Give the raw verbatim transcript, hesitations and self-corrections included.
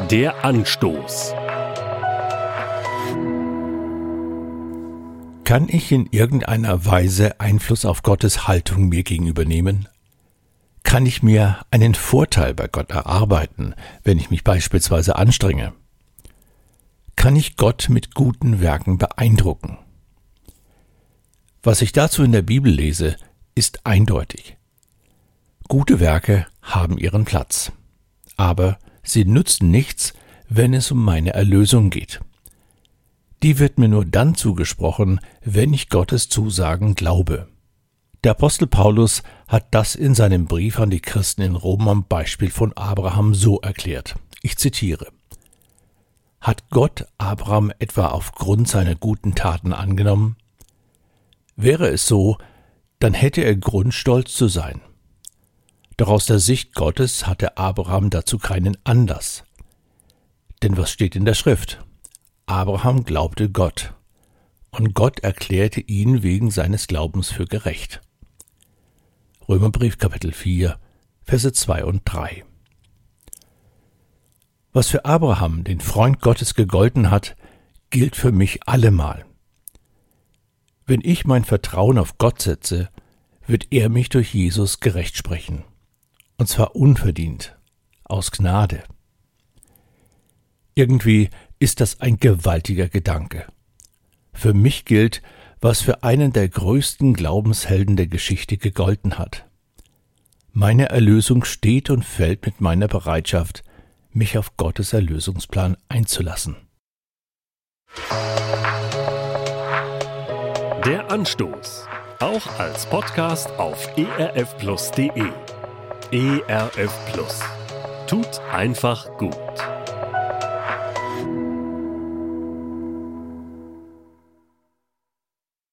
Der Anstoß. Kann ich in irgendeiner Weise Einfluss auf Gottes Haltung mir gegenüber nehmen? Kann ich mir einen Vorteil bei Gott erarbeiten, wenn ich mich beispielsweise anstrenge? Kann ich Gott mit guten Werken beeindrucken? Was ich dazu in der Bibel lese, ist eindeutig. Gute Werke haben ihren Platz, aber sie nützen nichts, wenn es um meine Erlösung geht. Die wird mir nur dann zugesprochen, wenn ich Gottes Zusagen glaube. Der Apostel Paulus hat das in seinem Brief an die Christen in Rom am Beispiel von Abraham so erklärt. Ich zitiere: Hat Gott Abraham etwa aufgrund seiner guten Taten angenommen? Wäre es so, dann hätte er Grund, stolz zu sein. Doch aus der Sicht Gottes hatte Abraham dazu keinen Anlass. Denn was steht in der Schrift? Abraham glaubte Gott, und Gott erklärte ihn wegen seines Glaubens für gerecht. Römerbrief Kapitel vier, Verse zwei und drei. Was für Abraham, den Freund Gottes, gegolten hat, gilt für mich allemal. Wenn ich mein Vertrauen auf Gott setze, wird er mich durch Jesus gerecht sprechen. Und zwar unverdient, aus Gnade. Irgendwie ist das ein gewaltiger Gedanke. Für mich gilt, was für einen der größten Glaubenshelden der Geschichte gegolten hat. Meine Erlösung steht und fällt mit meiner Bereitschaft, mich auf Gottes Erlösungsplan einzulassen. Der Anstoß. Auch als Podcast auf e r f plus punkt d e. E R F Plus. Tut einfach gut.